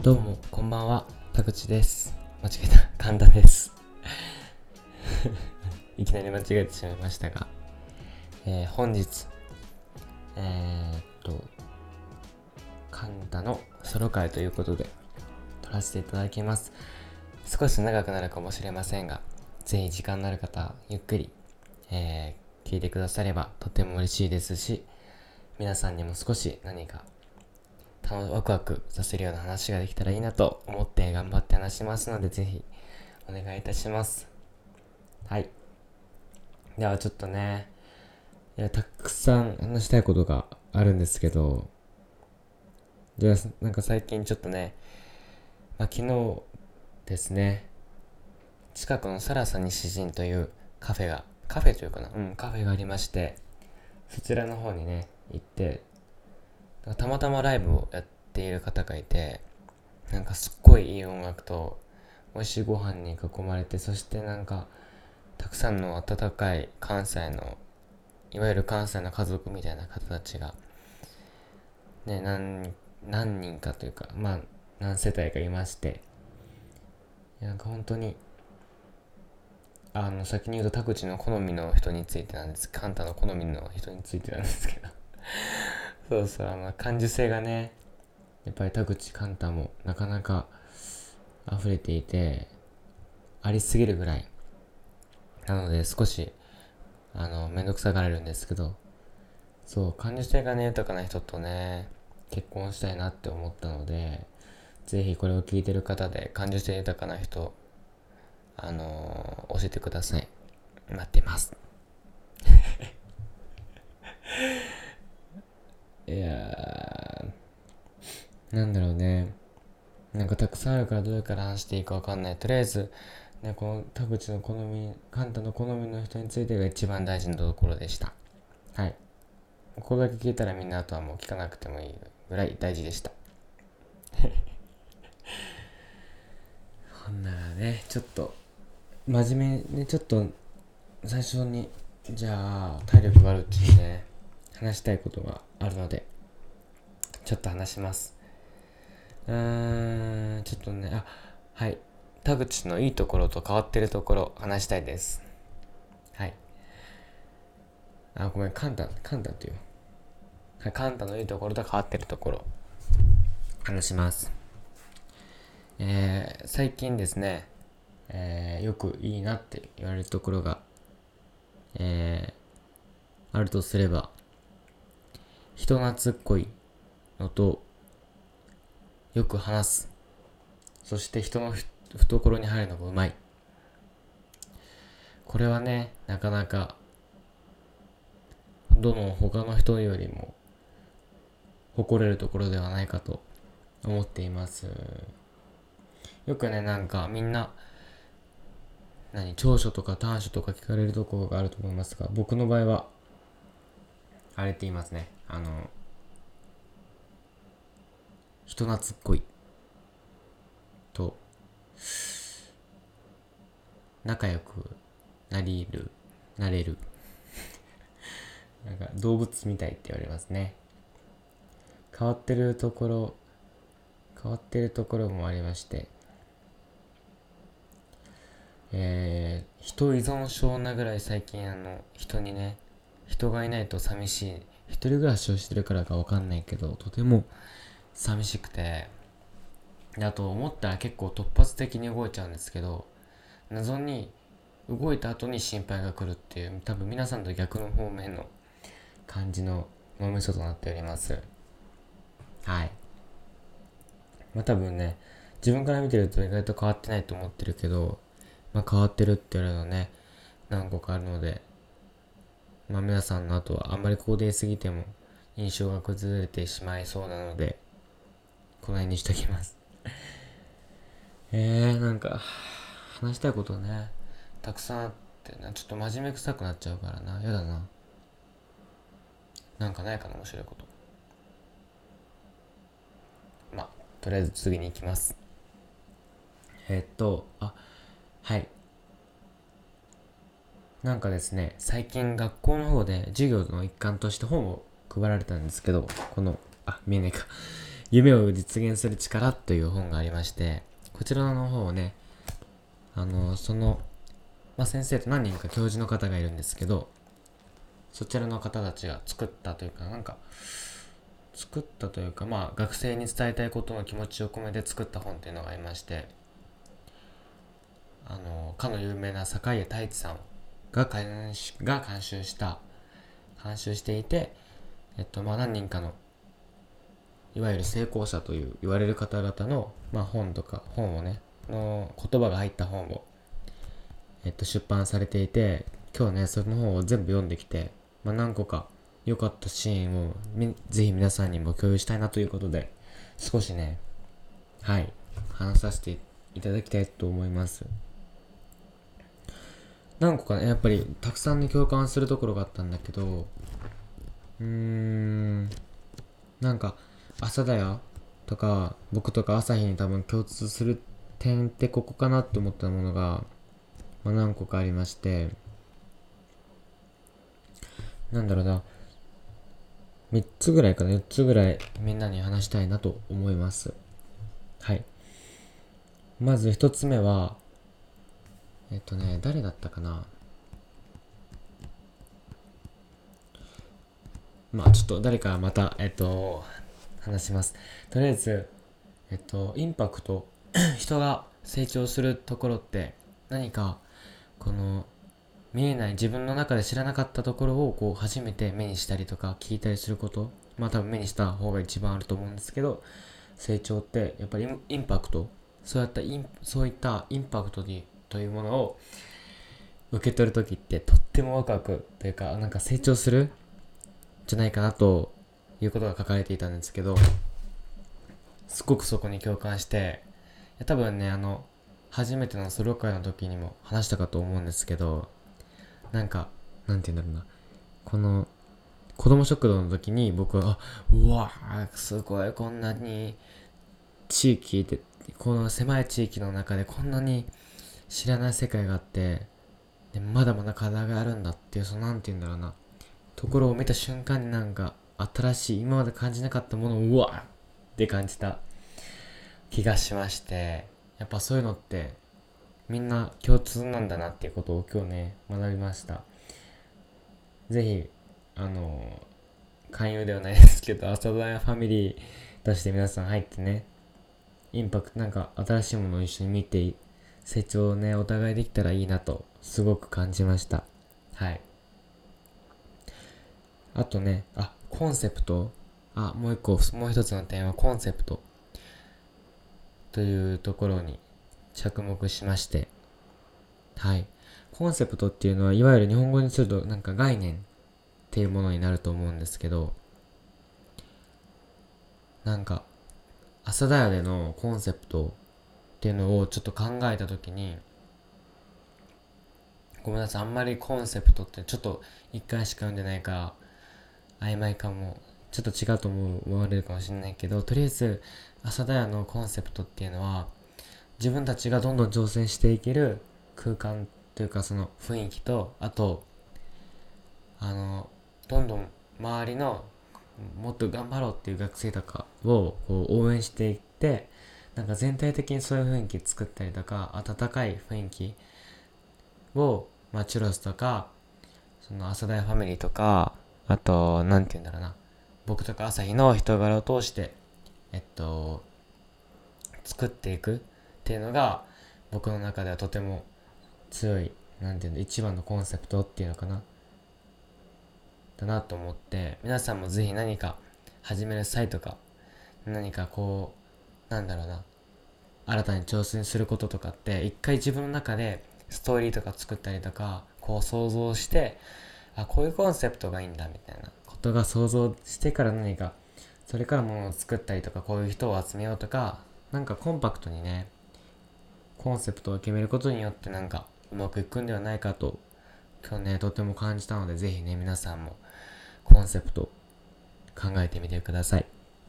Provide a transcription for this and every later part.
どうもこんばんは、田口です。間違えた、神田ですいきなり間違えてしまいましたが、本日神田のソロ会ということで撮らせていただきます。少し長くなるかもしれませんが、ぜひ時間のある方ゆっくり、聞いてくださればとても嬉しいですし、皆さんにも少し何かワクワクさせるような話ができたらいいなと思って頑張って話しますので、ぜひお願いいたします。はい。ではちょっとね、たくさん話したいことがあるんですけど、じゃあなんか最近ちょっとね、昨日ですね、近くのサラサ西陣というカフェというかな、カフェがありまして、そちらの方にね行って、たまたまライブをやっている方がいて、なんかすっごいいい音楽と美味しいご飯に囲まれて、そしてなんかたくさんの温かいいわゆる関西の家族みたいな方たちがね、何人かというか、何世帯かいまして、なんか本当に先に言うと田口の好みの人についてなんです。カンタの好みの人についてなんですけどそうそう、感受性がね、やっぱり田口カンタもなかなか溢れていて、ありすぎるぐらいなので、少しめんどくさがられるんですけど、そう、感受性がね豊かな人とね結婚したいなって思ったので、ぜひこれを聞いてる方で感受性豊かな人教えてください。待ってますいやなんだろうね、なんかたくさんあるからどれから話していいか分かんない。とりあえずね、この田口のカンタの好みの人についてが一番大事なところでした。はい。ここだけ聞いたらみんなあとはもう聞かなくてもいいぐらい大事でしたほんならね、ちょっと真面目にちょっと最初に、じゃあ体力があるうちにね話したいことがあるのでちょっと話します。ちょっとね、はい、田口のいいところと変わってるところ話したいです。はい。ごめん、カンタっていう、はい、カンタのいいところと変わってるところ話します。最近ですね、よくいいなって言われるところが、あるとすれば、人懐っこいのと、よく話す。そして人の懐に入るのがうまい。これはね、なかなか、どの他の人よりも誇れるところではないかと思っています。よくね、なんかみんな、長所とか短所とか聞かれるところがあると思いますが、僕の場合は、あれって言いますね。人懐っこいと、仲良くなれる。なんか動物みたいって言われますね。変わってるところもありまして、人依存症なぐらい最近人がいないと寂しい。一人暮らしをしてるからかわかんないけど、とても寂しくて、あと思ったら結構突発的に動いちゃうんですけど、謎に動いた後に心配が来るっていう、多分皆さんと逆の方面の感じの脳みそとなっております。はい。多分ね、自分から見てると意外と変わってないと思ってるけど、変わってるって言われるのね、何個かあるので、皆さんの後はあんまり高齢すぎても印象が崩れてしまいそうなので、この辺にしときますなんか話したいことねたくさんあってな、ちょっと真面目くさくなっちゃうからな、やだな。なんかないかな、面白いこと。とりあえず次に行きます。はい。なんかですね、最近学校の方で授業の一環として本を配られたんですけど、見えないか夢を実現する力という本がありまして、こちらの方をね、先生と何人か教授の方がいるんですけど、そちらの方たちが作ったというか、学生に伝えたいことの気持ちを込めて作った本っていうのがありまして、かの有名な坂家太一さんが監修していて、何人かのいわゆる成功者という言われる方々の、本をねの言葉が入った本を、出版されていて、今日ねその本を全部読んできて、何個か良かったシーンをぜひ皆さんにも共有したいなということで、少しね話させていただきたいと思います。何個かねやっぱりたくさんに共感するところがあったんだけど、朝だよとか僕とか朝日に多分共通する点ってここかなって思ったものが、何個かありまして、3つぐらいかな4つぐらいみんなに話したいなと思います。まず1つ目は誰だったかな。ちょっと誰かまた話します。とりあえずインパクト人が成長するところって何かこの見えない自分の中で知らなかったところを初めて目にしたりとか聞いたりすること、多分目にした方が一番あると思うんですけど、成長ってやっぱりインパクト、そういったインパクトというものを受け取るときってとってもワクワクというか、成長するじゃないかなということが書かれていたんですけど、すごくそこに共感して、多分ね初めてのソロ会の時にも話したかと思うんですけど、なんて言うんだろうな、この子供食堂の時に僕はうわすごい、こんなにこの狭い地域の中でこんなに知らない世界があって、でまだまだ課題があるんだっていう、ところを見た瞬間に新しい今まで感じなかったものをうわって感じた気がしまして、やっぱそういうのってみんな共通なんだなっていうことを今日ね学びました。ぜひ勧誘ではないですけど、朝ドラファミリーとして皆さん入ってね、インパクト新しいものを一緒に見て成長をねお互いできたらいいなとすごく感じました。あとねコンセプト、もう一つの点はコンセプトというところに着目しまして、コンセプトっていうのはいわゆる日本語にすると概念っていうものになると思うんですけど、朝だよでのコンセプトっていうのをちょっと考えたときに、ごめんなさい、あんまりコンセプトってちょっと一回しか読んでないから曖昧かも、ちょっと違うと思われるかもしれないけど、とりあえず朝だよのコンセプトっていうのは自分たちがどんどん挑戦していける空間というか、その雰囲気と、あとどんどん周りのもっと頑張ろうっていう学生とかを応援していって、全体的にそういう雰囲気作ったりとか、温かい雰囲気を、チュロスとかその朝だよファミリーとか、あと僕とか朝日の人柄を通して作っていくっていうのが僕の中ではとても強い一番のコンセプトっていうのかなだなと思って、皆さんもぜひ何か始める際とか、何か新たに挑戦することとかって一回自分の中でストーリーとか作ったりとか想像して、こういうコンセプトがいいんだみたいなことが想像してから、それからものを作ったりとか、こういう人を集めようとか、コンパクトにねコンセプトを決めることによってうまくいくんではないかと今日ねとても感じたので、ぜひね皆さんもコンセプト考えてみてください。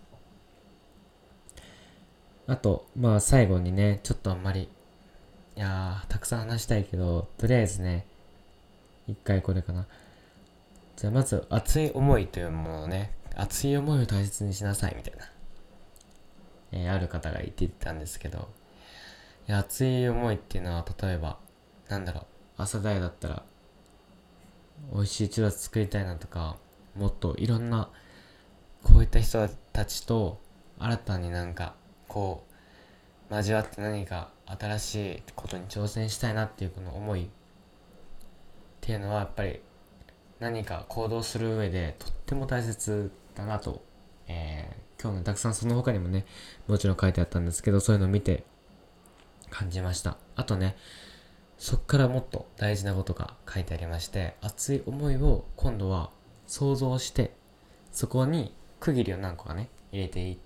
あと最後にね、ちょっとあんまりたくさん話したいけど、とりあえずね一回これかな。じゃあまず熱い思いというものをね、熱い思いを大切にしなさいみたいなある方が言ってたんですけど、いや熱い思いっていうのは、例えば朝だよだったら美味しいチュロス作りたいなとか、もっといろんなこういった人たちと新たにこう交わって何か新しいことに挑戦したいなっていうこの思いっていうのは、やっぱり何か行動する上でとっても大切だなと、今日のたくさんその他にもね、もちろん書いてあったんですけど、そういうのを見て感じました。あとね、そっからもっと大事なことが書いてありまして、熱い思いを今度は想像して、そこに区切りを何個かね入れていって、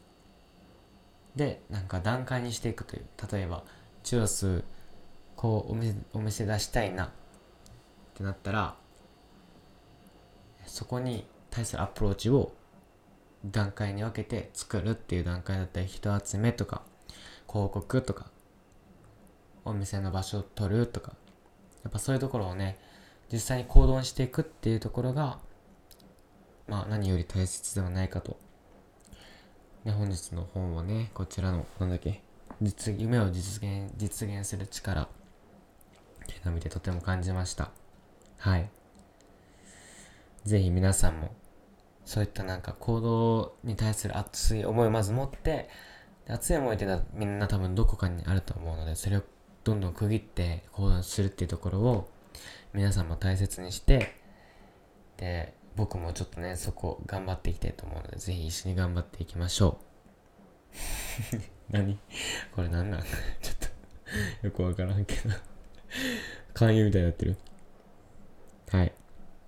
で段階にしていくという。例えばチュロスこうお店出したいなってなったら、そこに対するアプローチを段階に分けて作るっていう段階だったり、人集めとか広告とかお店の場所を取るとか、やっぱそういうところをね実際に行動にしていくっていうところが何より大切ではないかと、ね、本日の本はね、こちらの夢を実現する力っていうのを見てとても感じました。はい。ぜひ皆さんもそういった行動に対する熱い思いをまず持って、熱い思いっていうのはみんな多分どこかにあると思うので、それをどんどん区切って行動するっていうところを皆さんも大切にして、で僕もちょっとねそこ頑張っていきたいと思うので、ぜひ一緒に頑張っていきましょう。何これなんちょっとよくわからんけど勧誘みたいになってる。はい、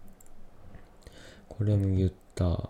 これも言った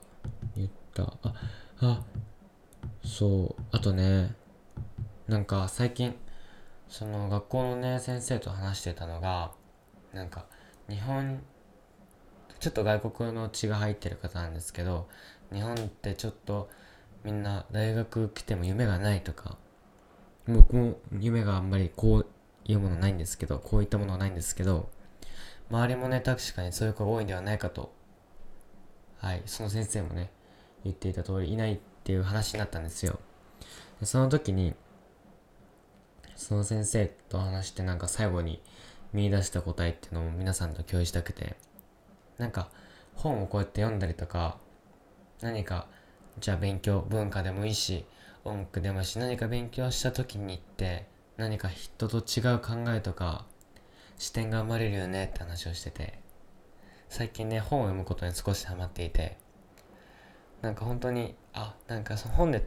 そう。あとね、最近その学校のね先生と話してたのが、日本ちょっと外国の血が入ってる方なんですけど、日本ってちょっとみんな大学来ても夢がないとか、僕も夢があんまりこういうものないんですけど、こういったものはないんですけど、周りもね確かにそういう子が多いんではないかと、はい、その先生もね言っていた通りいないっていう話になったんですよ。でその時にその先生と話して、最後に見出した答えっていうのを皆さんと共有したくて、本をこうやって読んだりとか、じゃあ文化でもいいし音楽でもいいし、何か勉強した時にって何か人と違う考えとか視点が生まれるよねって話をしてて、最近ね本を読むことに少しハマっていて、本当にその本で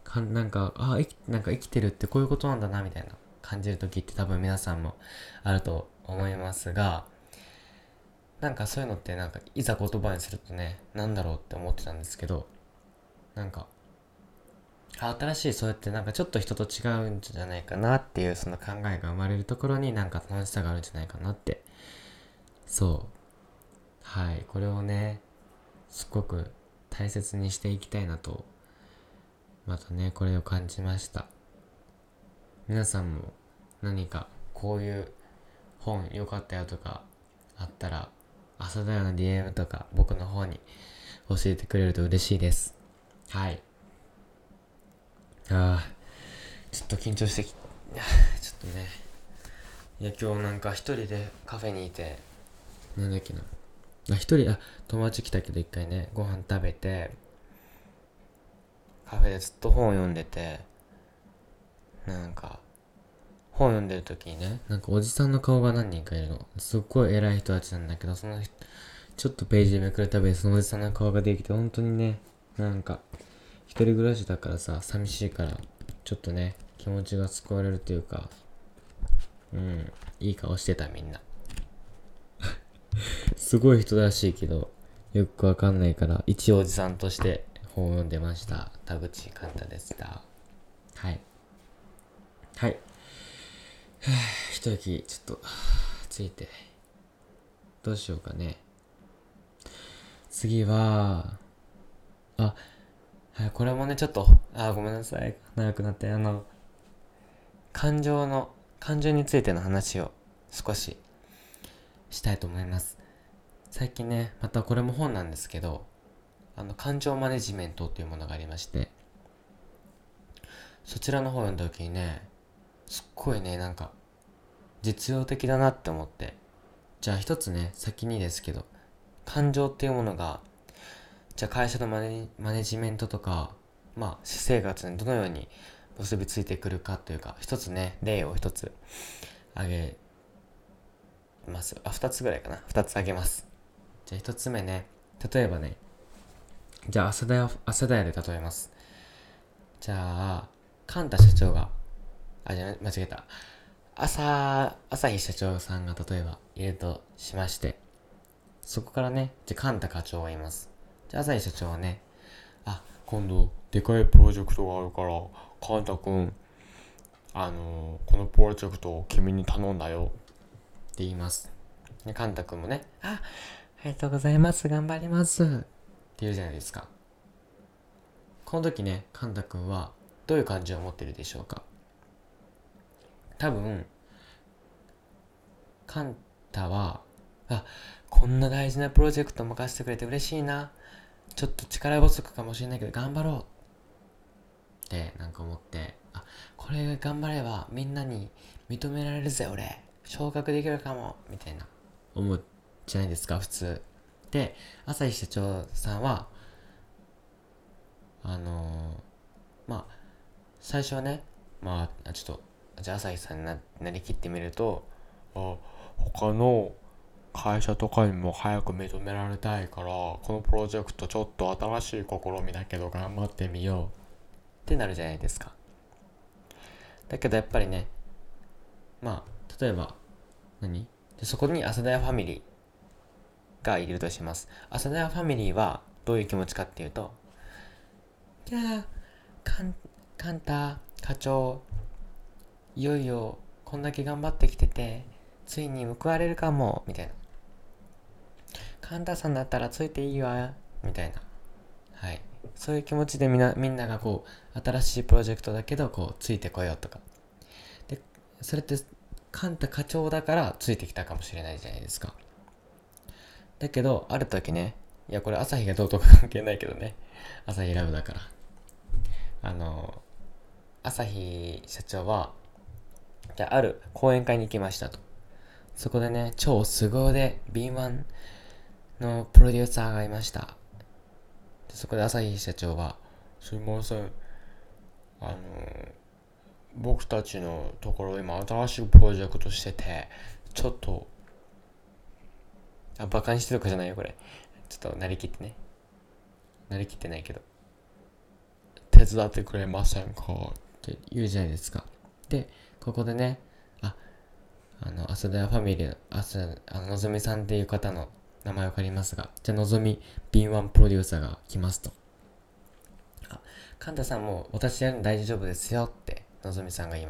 生きてるってこういうことなんだなみたいな感じる時って多分皆さんもあると思いますが、そういうのっていざ言葉にするとね、なんだろうって思ってたんですけど、新しいそうやってちょっと人と違うんじゃないかなっていうその考えが生まれるところに楽しさがあるんじゃないかなって、そう、はい、これをねすごく大切にしていきたいなと、またねこれを感じました。皆さんも何かこういう本良かったよとかあったら、朝だよの DM とか僕の方に教えてくれると嬉しいです。はい。ちょっと緊張してきちょっとね、いや今日一人でカフェにいて、友達来たけど一回ねご飯食べてカフェでずっと本を読んでて、本読んでる時にねおじさんの顔が何人かいるの。すっごい偉い人たちなんだけど、ちょっとページでめくるたびにそのおじさんの顔ができて、本当にね一人暮らしだからさ寂しいから、ちょっとね気持ちが救われるというか、いい顔してたみんな。すごい人らしいけどよくわかんないから、一おじさんとして本を読んでました。田口寛太でした。はいはい。一息ちょっとついて、どうしようかね。次ははい、これもねちょっとごめんなさい長くなって、感情についての話を少ししたいと思います。最近ねまたこれも本なんですけど、感情マネジメントというものがありまして、 そちらの方読んだ時にね、すっごいね、なんか実用的だなって思って。じゃあ一つね、先にですけど、感情っていうものが、じゃあ会社のマネジメントとか、私生活にどのように結びついてくるかというか、一つね、例を一つ挙げます。二つぐらいかな。二つ挙げます。じゃあ一つ目ね、例えばね、じゃあ朝田屋で例えます。じゃあ、カンタ社長が、間違えた。朝日社長さんが例えばいるとしまして、そこからね、じゃあカンタ課長がいます。じゃあ朝日社長はね、今度でかいプロジェクトがあるから、カンタ君、このプロジェクトを君に頼んだよって言います。で、カンタ君もね、ありがとうございます、頑張りますって言うじゃないですか。この時ね、カンタ君はどういう感情を持ってるでしょうか。多分、カンタは、こんな大事なプロジェクト任せてくれて嬉しいな。ちょっと力不足かもしれないけど頑張ろうってなんか思って、これ頑張ればみんなに認められるぜ俺。昇格できるかもみたいな思うじゃないですか、普通。で、朝日社長さんは、最初はね、ちょっと、じゃあ朝日さんになりきってみると、他の会社とかにも早く認められたいから、このプロジェクトちょっと新しい試みだけど頑張ってみようってなるじゃないですか。だけどやっぱりね、例えば、そこに浅田屋ファミリーがいるとします。浅田屋ファミリーはどういう気持ちかっていうと、いやー、カンタ課長、いよいよこんだけ頑張ってきてて、ついに報われるかも、みたいな。カンタさんだったらついていいわ、みたいな。はい。そういう気持ちでみんながこう、新しいプロジェクトだけど、こう、ついてこようとか。で、それって、カンタ課長だからついてきたかもしれないじゃないですか。だけど、ある時ね、いや、これ朝日がどうとか関係ないけどね。朝日ラブだから。朝日社長は、じゃあ、ある講演会に行きましたと。そこでね、超凄腕 B1 のプロデューサーがいました。でそこで朝日社長は、すいません、僕たちのところ今新しいプロジェクトしてて、ちょっと、バカにしてるとかじゃないよこれ。ちょっとなりきってね。なりきってないけど。手伝ってくれませんかって言うじゃないですか。で、ここでね、浅田ファミリー、のぞみさんっていう方の名前わかりますが、じゃあのぞみ敏腕プロデューサーが来ますと。カンタさんも私やるの大丈夫ですよってのぞみさんが言います。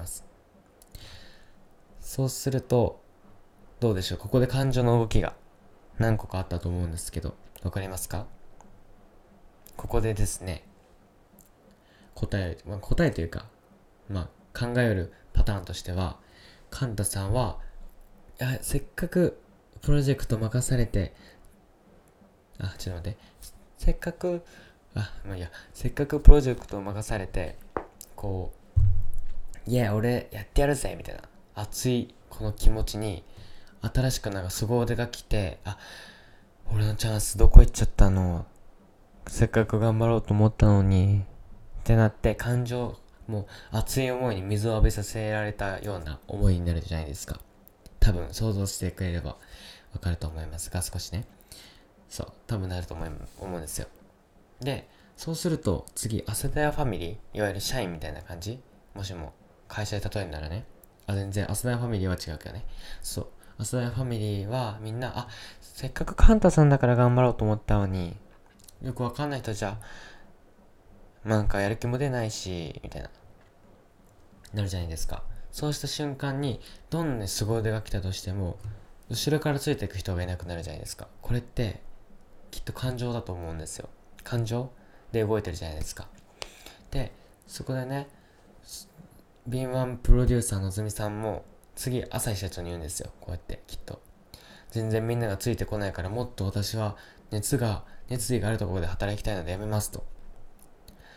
そうすると、どうでしょう、ここで感情の動きが何個かあったと思うんですけど、わかりますか。ここでですね、答えというか、考えるパターンとしては、カンタさんは、せっかくプロジェクト任されて、ちょっと待って、せっかく、せっかくプロジェクトを任されて、こう、いや、俺やってやるぜみたいな、熱いこの気持ちに、新しくなんか凄腕が来て、俺のチャンスどこ行っちゃったの、せっかく頑張ろうと思ったのに、ってなって感情、もう熱い思いに水を浴びさせられたような思いになるじゃないですか。多分想像してくれればわかると思いますが、少しね。そう、多分なると思うんですよ。で、そうすると次、浅田屋ファミリー、いわゆる社員みたいな感じ、もしも会社で例えるならね。全然浅田屋ファミリーは違うけどね。そう、浅田屋ファミリーはみんな、せっかくカンタさんだから頑張ろうと思ったのに、よくわかんない人じゃなんかやる気も出ないしみたいなるじゃないですか。そうした瞬間にどんなに凄腕が来たとしても後ろからついていく人がいなくなるじゃないですか。これってきっと感情だと思うんですよ。感情で動いてるじゃないですか。で、そこでね、敏腕プロデューサーのぞみさんも次朝日社長に言うんですよ。こうやってきっと全然みんながついてこないから、もっと私は熱意があるところで働きたいのでやめますと。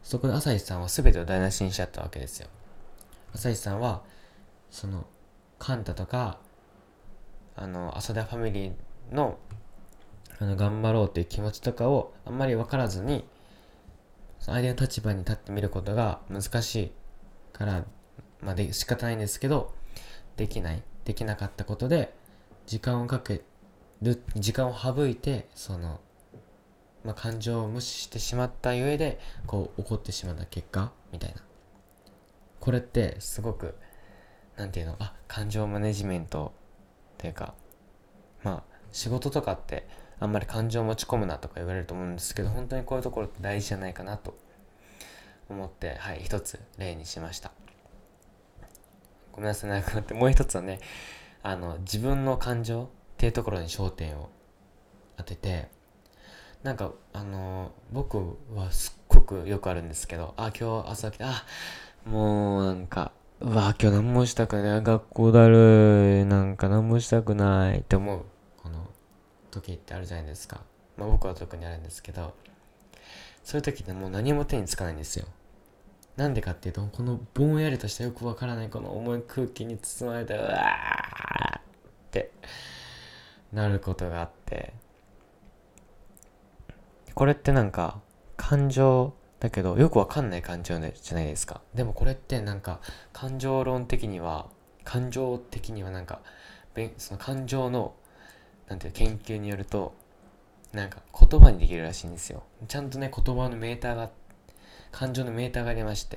そこで朝日さんは全てを台無しにしちゃったわけですよ。朝日さんはそのカンタとか浅田ファミリーの頑張ろうっていう気持ちとかをあんまり分からずに、相手の立場に立ってみることが難しいから、仕方ないんですけど、できなかったことで時間を省いて、感情を無視してしまったゆえでこう起こってしまった結果みたいな。これってすごく感情マネジメントっていうか、仕事とかってあんまり感情を持ち込むなとか言われると思うんですけど、本当にこういうところって大事じゃないかなと思って、一つ例にしました。ごめんなさい、長くなって。もう一つはね、自分の感情っていうところに焦点を当てて、僕はすっごくよくあるんですけど、今日朝起きて、もう今日何もしたくない、学校だるい、何もしたくないって思うこの時ってあるじゃないですか。僕は特にあるんですけど、そういう時ってもう何も手につかないんですよ。なんでかっていうと、このぼんやりとしたよくわからないこの重い空気に包まれて、うわーってなることがあって、これって感情だけどよくわかんない感情じゃないですか。でもこれって感情的にはその感情の研究によると言葉にできるらしいんですよ。ちゃんとね、感情のメーターがありまして、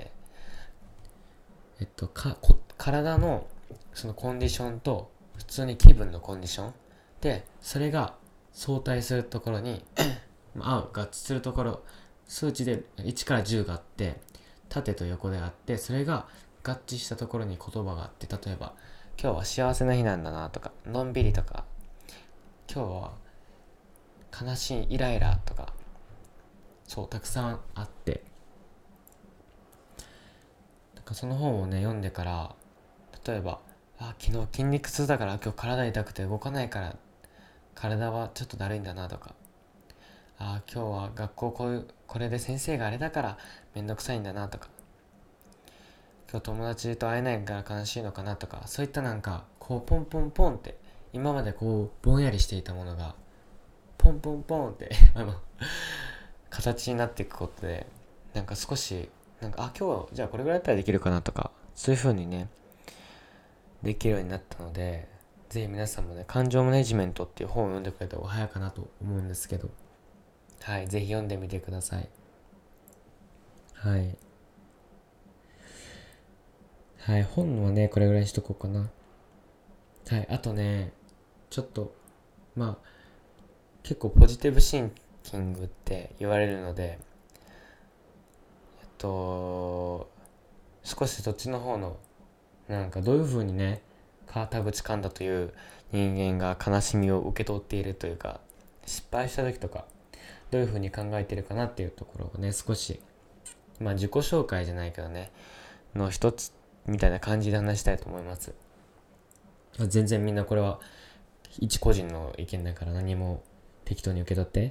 体のそのコンディションと普通に気分のコンディションで、それが相対するところに合致するところ、数値で1から10があって、縦と横であって、それが合致したところに言葉があって、例えば今日は幸せな日なんだなとか、のんびりとか、今日は悲しい、イライラとか、たくさんあって、その本をね読んでから、例えば昨日筋肉痛だから今日体痛くて動かないから体はちょっとだるいんだなとか、今日は学校これで先生があれだからめんどくさいんだなとか、今日友達と会えないから悲しいのかなとか、そういったこうポンポンポンって今までこうぼんやりしていたものがポンポンポンって形になっていくことで、少し今日じゃあこれぐらいだったらできるかなとか、そういう風にねできるようになったので、ぜひ皆さんもね、感情マネジメントっていう本を読んでくれた方が早いかなと思うんですけど、ぜひ読んでみてください。本はねこれぐらいにしとこうかな。あとね、ちょっと結構ポジティブシンキングって言われるので、少しそっちの方のどういう風にね、田口寛太という人間が悲しみを受け取っているというか、失敗した時とかどういう風に考えているかなっていうところをね、少し自己紹介じゃないけどねの一つみたいな感じで話したいと思います。全然みんなこれは一個人の意見だから何も適当に受け取って。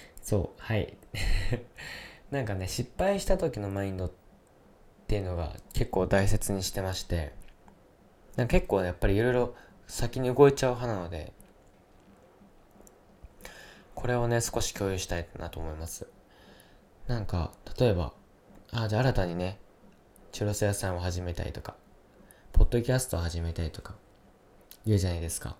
失敗した時のマインドっていうのが結構大切にしてまして、結構やっぱりいろいろ先に動いちゃう派なので、これをね少し共有したいなと思います。例えばじゃあ新たにねチュロス屋さんを始めたいとか、ポッドキャストを始めたいとか言うじゃないですか。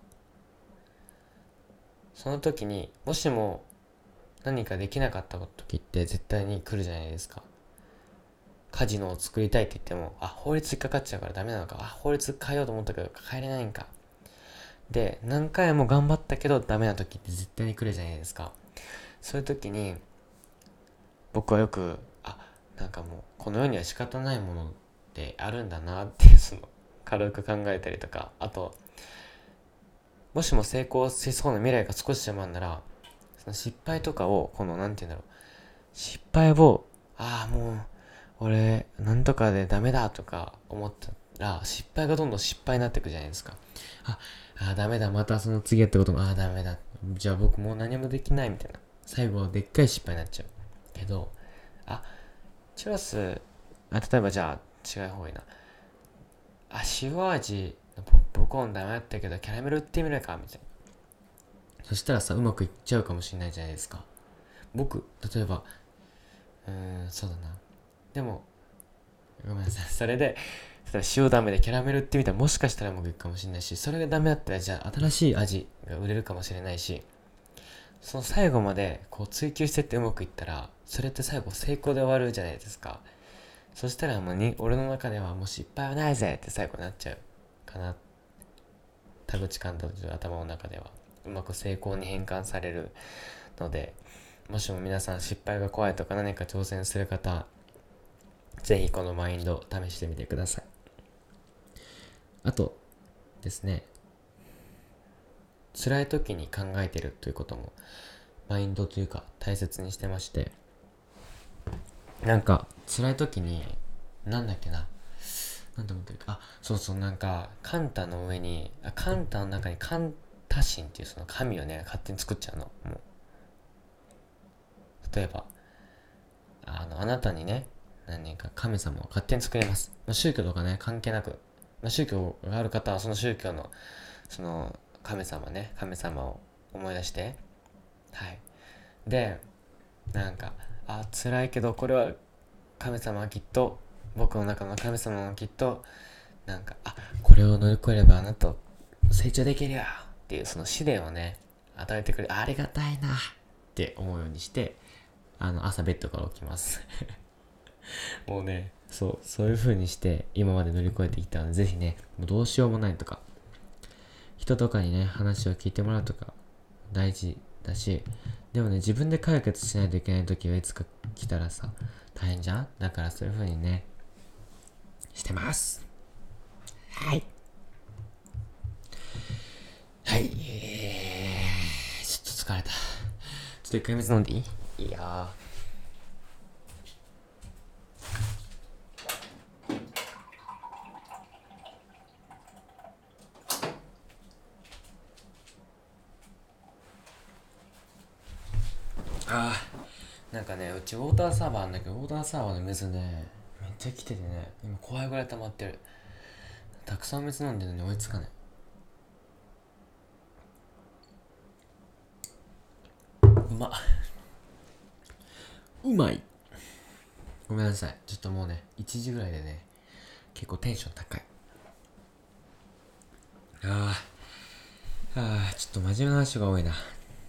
その時にもしも何かできなかった時って絶対に来るじゃないですか。カジノを作りたいって言っても、法律引っかかっちゃうからダメなのか、法律変えようと思ったけど変えれないんかで、何回も頑張ったけどダメな時って絶対に来るじゃないですか。そういう時に僕はよくもうこの世には仕方ないものってあるんだなって軽く考えたりとか、あともしも成功しそうな未来が少しでもあるなら、その失敗とかを失敗をもう俺なんとかでダメだとか思ったら、失敗がどんどん失敗になっていくじゃないですか。ダメだ、またその次やったこともダメだ、じゃあ僕もう何もできないみたいな、最後はでっかい失敗になっちゃうけど、 チュロス、例えばじゃあ違う方がいいな。塩味のポップコーンダメだったけどキャラメル売ってみるかみたいな。そしたらさ、うまくいっちゃうかもしれないじゃないですか。僕例えばそうだな。でもごめんなさい、それで例えば塩ダメでキャラメルってみたらもしかしたらうまくいくかもしれないし、それがダメだったらじゃあ新しい味が売れるかもしれないし、その最後までこう追求してってうまくいったら、それって最後成功で終わるじゃないですか。そしたらもう俺の中ではもう失敗はないぜって最後になっちゃうかな。田口監督の頭の中ではうまく成功に変換されるので、もしも皆さん失敗が怖いとか何か挑戦する方、ぜひこのマインド試してみてください。あとですね、辛い時に考えてるということもマインドというか大切にしてまして、なんか辛い時になんだっけな、なんて思ってるか、そうそう、なんかカンタの上にカンタの中にカンタ神っていうその神をね勝手に作っちゃうの。もう例えばあなたにね、何人か神様を勝手に作れます。宗教とかね関係なく、宗教がある方はその宗教のその神様を思い出して、はい。で、なんか辛いけどこれは神様はきっと、僕の中の神様はきっとなんかこれを乗り越えればあなた成長できるよっていうその試練をね与えてくれ、ありがたいなって思うようにして、朝ベッドから起きますもうね、そういう風にして今まで乗り越えてきたので、ぜひね、もうどうしようもないとか、人とかにね話を聞いてもらうとか大事だし、でもね、自分で解決しないといけない時はいつか来たらさ大変じゃん。だからそういう風にねしてます。はい、はい、ちょっと疲れた。ちょっと一回水飲んでいい？いやなんかね、うちウォーターサーバーあんだけど、ウォーターサーバーの水ねめっちゃ来ててね、今怖いぐらい溜まってる。たくさん水飲んでるのに追いつかない。うまい。ごめんなさい、ちょっともうね1時ぐらいでね結構テンション高い。ちょっと真面目な話が多いな。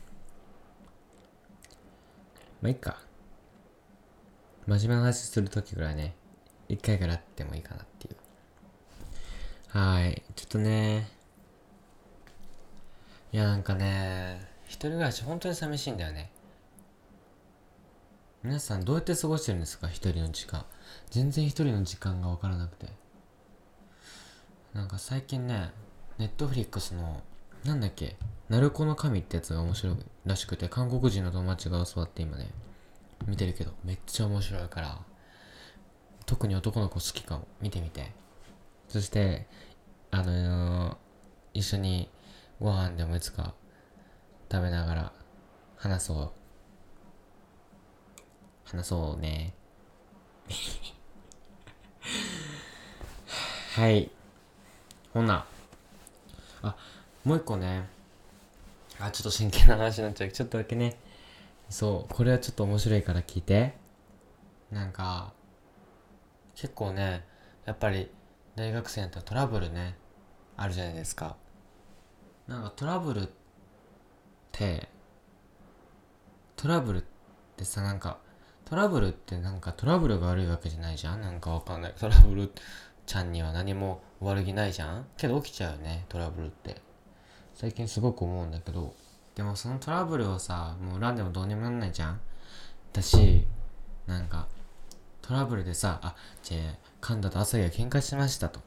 まあいいか、真面目な話するときぐらいね一回からあってもいいかなっていう。ちょっとね、いやなんかね、一人暮らし本当に寂しいんだよね。皆さんどうやって過ごしてるんですか、一人の時間。全然一人の時間が分からなくて、なんか最近ね、ネットフリックスのなんだっけ、鳴子の神ってやつが面白いらしくて、韓国人の友達が教わって今ね見てるけど、めっちゃ面白いから、特に男の子好きかも、見てみて。そして一緒にご飯でもいつか食べながら話そうね。はい、ほな、もう一個ね、ちょっと真剣な話になっちゃう。ちょっとだけね、これはちょっと面白いから聞いて。なんか結構ね、やっぱり大学生だったらトラブルねあるじゃないですか。なんかトラブルってさ、なんかトラブルってなんかトラブルが悪いわけじゃないじゃん。なんかわかんない、トラブルちゃんには何も悪気ないじゃん。けど起きちゃうよね、トラブルって。最近すごく思うんだけど、でもそのトラブルをさ、もう恨んでもどうにもなんないじゃん。だし、なんかトラブルでさ、じゃあ神田と朝日が喧嘩しましたと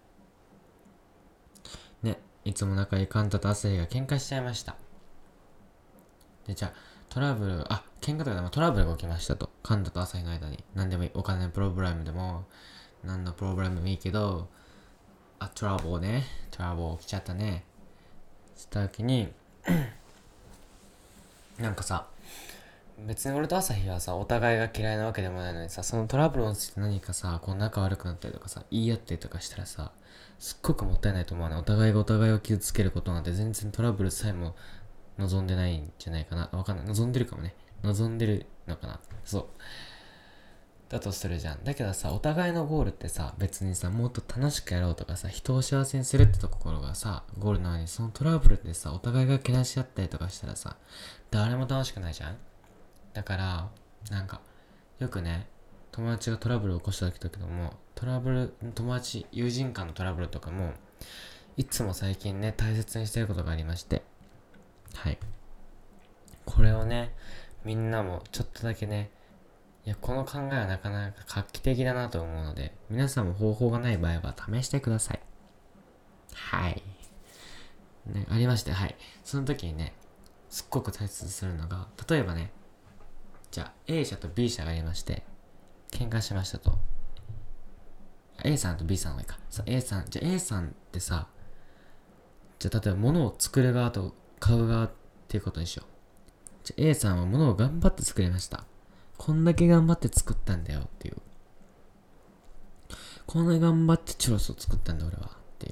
ね、いつも仲いい神田と朝日が喧嘩しちゃいました。で、じゃあトラブル、喧嘩とかでもトラブルが起きましたと、神田と朝日の間に。何でもいい、お金のプログラムでも何のプログラムでもいいけど、トラブル起きちゃったね。した時になんかさ、 別に俺と朝日はさ、お互いが嫌いなわけでもないのにさ、そのトラブルをつって何かさ、こう仲悪くなったりとかさ、言い合ったりとかしたらさ、すっごくもったいないと思うね。お互いがお互いを傷つけることなんて全然トラブルさえも望んでないんじゃないかな。わかんない。望んでるかもね。望んでるのかな。そう。だとするじゃん。だけどさ、お互いのゴールってさ、別にさ、もっと楽しくやろうとかさ、人を幸せにするってところがさ、ゴールなのに、そのトラブルってさ、お互いがけなし合ったりとかしたらさ、誰も楽しくないじゃん。だから、なんか、よくね、友達がトラブルを起こした時とかも、友達、友人間のトラブルとかも、いつも最近ね、大切にしてることがありまして、はい。これをね、みんなもちょっとだけね、いや、この考えはなかなか画期的だなと思うので、皆さんも方法がない場合は試してください。はい。ね、ありまして、はい。その時にね、すっごく大切にするのが、例えばね、じゃあ A 社と B 社がありまして、喧嘩しましたと。A さんと B さんはいいか。さ、A さん、じゃあ A さんってさ、じゃあ例えば物を作る側と買う側っていうことにしよう。じゃあ A さんは物を頑張って作りました。こんだけ頑張って作ったんだよっていう。こんなに頑張ってチュロスを作ったんだ俺はっていう。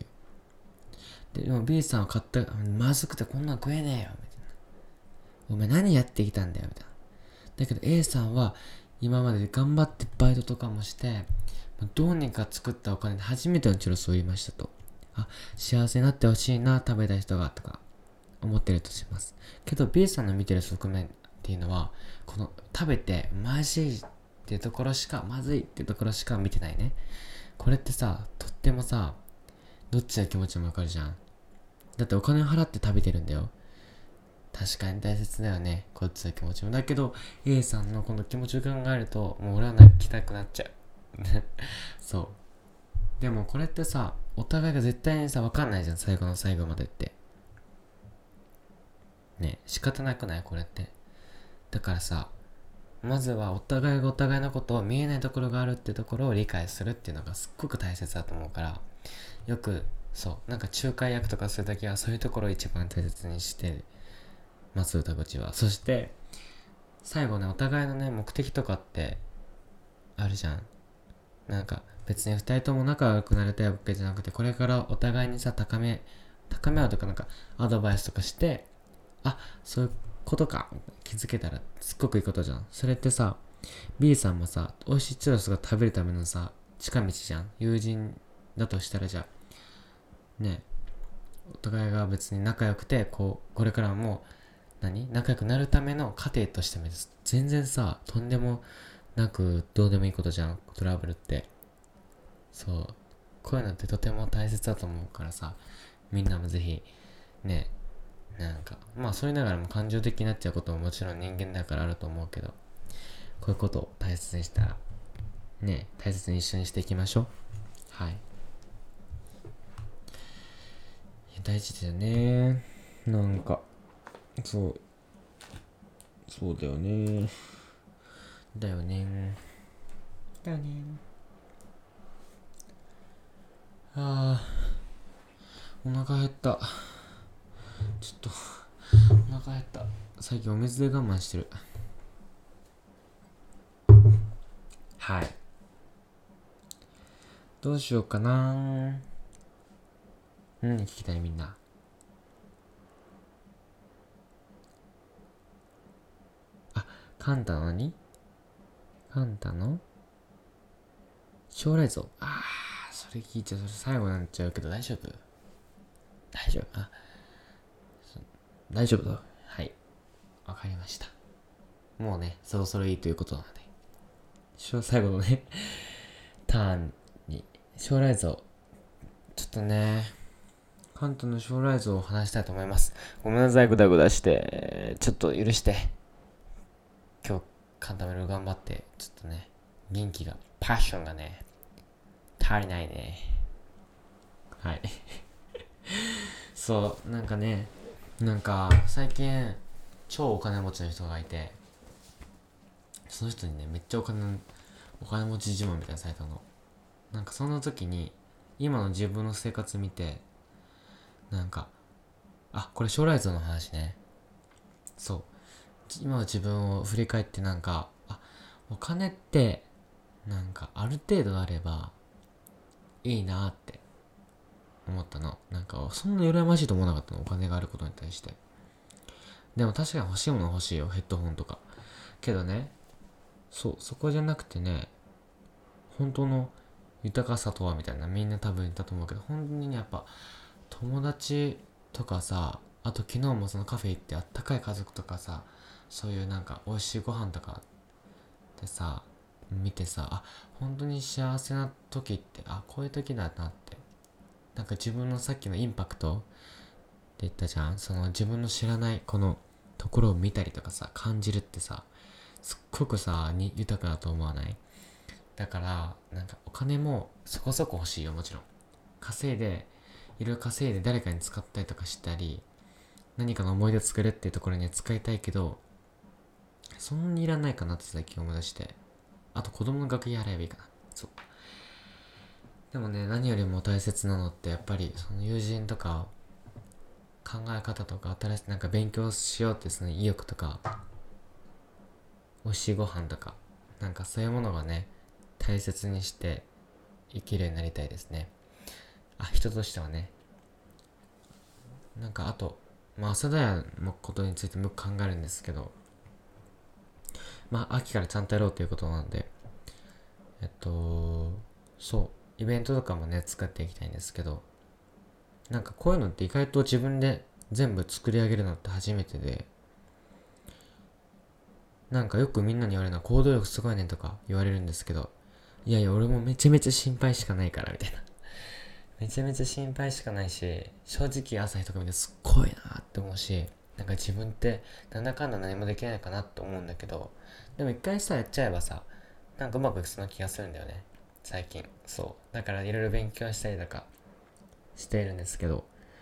でも B さんは買った、まずくてこんなん食えねえよみたいな。お前何やってきたんだよみたいな。だけど A さんは今まで頑張ってバイトとかもして、どうにか作ったお金で初めてのチュロスを売りましたと。あ、幸せになってほしいな、食べた人が、とか思ってるとします。けど B さんの見てる側面っていうのは、この食べてまずいっていうところしか、まずいっていうところしか見てないね。これってさ、とってもさ、どっちの気持ちもわかるじゃん。だってお金を払って食べてるんだよ。確かに大切だよね。こっちの気持ちも。だけど、A さんのこの気持ちを考えると、もう俺は泣きたくなっちゃう。そう。でもこれってさ、お互いが絶対にさ、わかんないじゃん。最後の最後までって。ね、仕方なくないこれって。だからさ、まずはお互いがお互いのことを見えないところがあるってところを理解するっていうのがすっごく大切だと思うから、よく、そう、なんか仲介役とかするときはそういうところを一番大切にしてます、歌口は。そして、最後ね、お互いのね、目的とかってあるじゃん。なんか、別に二人とも仲良くなりたいわけじゃなくて、これからお互いにさ、高め合うとかなんか、アドバイスとかして、あ、そういうことか、気づけたらすっごくいいことじゃん。それってさ、B さんもさ、美味しいチュロスが食べるためのさ、近道じゃん。友人だとしたらじゃあ、ね、お互いが別に仲良くて、これからも、仲良くなるための過程としても全然さ、とんでもなくどうでもいいことじゃん、トラブルって。そう。こういうのってとても大切だと思うからさ、みんなもぜひ、ね、なんか、まあそう言いながらも感情的になっちゃうことももちろん人間だからあると思うけど、こういうことを大切にしたら、ね、大切に一緒にしていきましょう。はい。いや大事だよね。なんか、そう、そうだよね。だよね。だよね。あー、お腹減った。ちょっと、お腹減った。最近お水で我慢してる。はい。どうしようかな。聞きたいみんな。あ、カンタの何カンタの将来像。それ聞いちゃう。それ最後になっちゃうけど大丈夫？大丈夫？大丈夫だ。はい。わかりました。もうね、そろそろいいということなので。最後のね、ターンに、将来像。ちょっとね、カンタの将来像を話したいと思います。ごめんなさい、グダグダして。ちょっと許して。今日、カンタメル頑張って、ちょっとね、元気が、パッションがね、足りないね。はい。そう、なんかね、最近、超お金持ちの人がいて、その人にね、めっちゃお金持ち自慢みたいなされたの。なんかその時に、今の自分の生活見て、なんか、これ将来像の話ね。そう。 今の自分を振り返ってお金ってある程度あればいいなって思ったの。そんな羨ましいと思わなかったの、お金があることに対して。でも確かに欲しいものは欲しいよ、ヘッドホンとか。けどね、そこじゃなくてね、本当の豊かさとはみたいな、みんな多分言ったと思うけど、本当にね、やっぱ友達とかさ、あと昨日もそのカフェ行ってあったかい家族とかさ、そういう美味しいご飯とかでさ、見てさ、本当に幸せな時って、こういう時だなって。自分のさっきのインパクトって言ったじゃん。その自分の知らないこのところを見たりとかさ、感じるってさ、すっごくさ、豊かだと思わない？だから、お金もそこそこ欲しいよ、もちろん。いろいろ稼いで誰かに使ったりとかしたり、何かの思い出を作るっていうところには使いたいけど、そんなにいらないかなって最近思い出して。あと子供の学費払えばいいかな。そう。でもね、何よりも大切なのってやっぱりその友人とか考え方とか新しい勉強しようってその意欲とか美味しいご飯とかそういうものがね、大切にして生きるようになりたいですね。人としてはね。あと朝田屋のことについてもよく考えるんですけど、秋からちゃんとやろうということなので、イベントとかもね作っていきたいんですけど、こういうのって意外と自分で全部作り上げるのって初めてで、よくみんなに言われるのは行動力すごいねとか言われるんですけど、いやいや俺もめちゃめちゃ心配しかないからみたいな。めちゃめちゃ心配しかないし、正直朝日とか見てすっごいなって思うし、自分ってなんだかんだ何もできないかなって思うんだけど、でも一回さやっちゃえばさ、うまくいくそな気がするんだよね、最近。そうだからいろいろ勉強したりとかしているんですけど、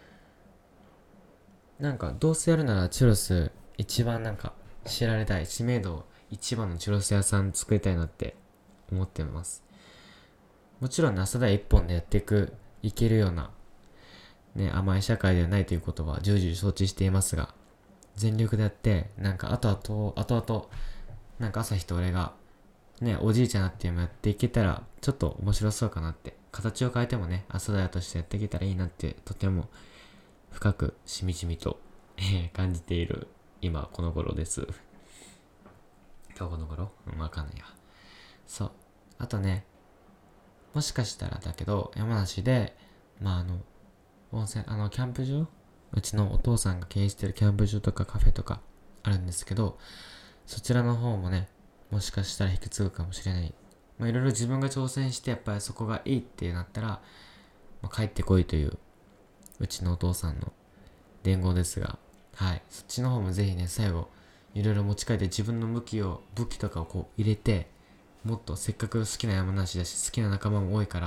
どうせやるならチュロス一番知られたい、知名度一番のチュロス屋さん作りたいなって思ってます。もちろん朝田一本でやっていけるようなね、甘い社会ではないということは重々承知していますが、全力でやって、後々朝日と俺がね、おじいちゃんなっていうのやっていけたらちょっと面白そうかなって、形を変えてもね、朝田屋としてやっていけたらいいなって、とても深くしみじみと感じている今この頃です。今日この頃わかんないわ。そう。あとね、もしかしたらだけど、山梨で、温泉、キャンプ場、うちのお父さんが経営してるキャンプ場とかカフェとかあるんですけど、そちらの方もね、もしかしたら引き継ぐかもしれない。いろいろ自分が挑戦して、やっぱりそこがいいってなったら、帰ってこいという、うちのお父さんの伝言ですが、はい。そっちの方もぜひね、最後、いろいろ持ち帰って自分の武器とかを入れて、もっとせっかく好きな山梨だし、好きな仲間も多いから、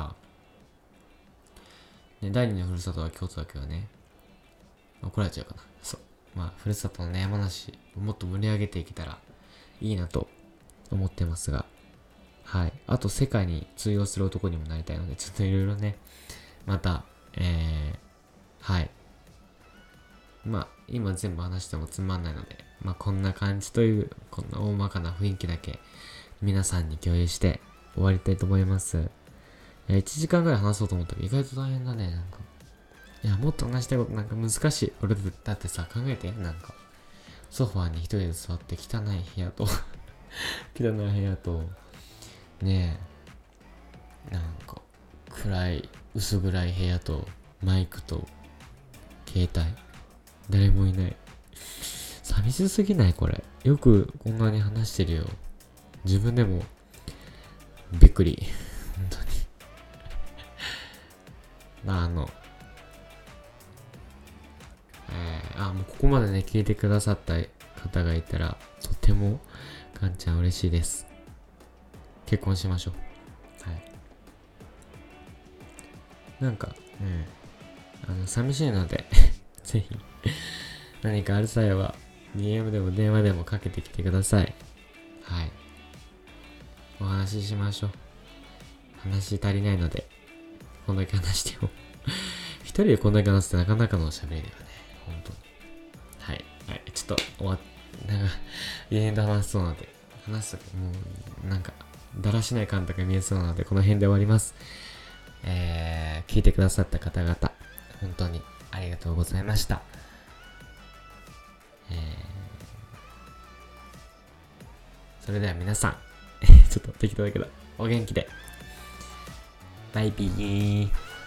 ね、第二のふるさとは京都だけどね、怒られちゃうかな。そう。ふるさとのね、山梨をもっと盛り上げていけたらいいなと思ってますが、はい。あと世界に通用する男にもなりたいので、ちょっといろいろね、また、はい。今全部話してもつまんないので、こんな感じという、こんな大まかな雰囲気だけ皆さんに共有して終わりたいと思います。1時間ぐらい話そうと思ったけど、意外と大変だね、いや、もっと話したいこと難しい。俺だってさ、考えて、ソファーに一人で座って汚い部屋と、汚い部屋と、ねえ、暗い、薄暗い部屋と、マイクと、携帯。誰もいない。寂しすぎないこれ。よくこんなに話してるよ。自分でも、びっくり。本当に。もうここまでね、聞いてくださった方がいたら、とても、ガンちゃん嬉しいです。結婚しましょう。はい。寂しいので、ぜひ、何かある際は、DM でも電話でもかけてきてください。はい。お話ししましょう。話足りないので、こんだけ話しても。一人でこんだけ話すってなかなかの喋りだよね。本当に。はい。ちょっと終わって、 なんか永遠と話しそうなので、話すともうなんかだらしない感覚が見えそうなので、この辺で終わります。聞いてくださった方々本当にありがとうございました。それでは皆さんちょっと適当だけどお元気で。バイビー。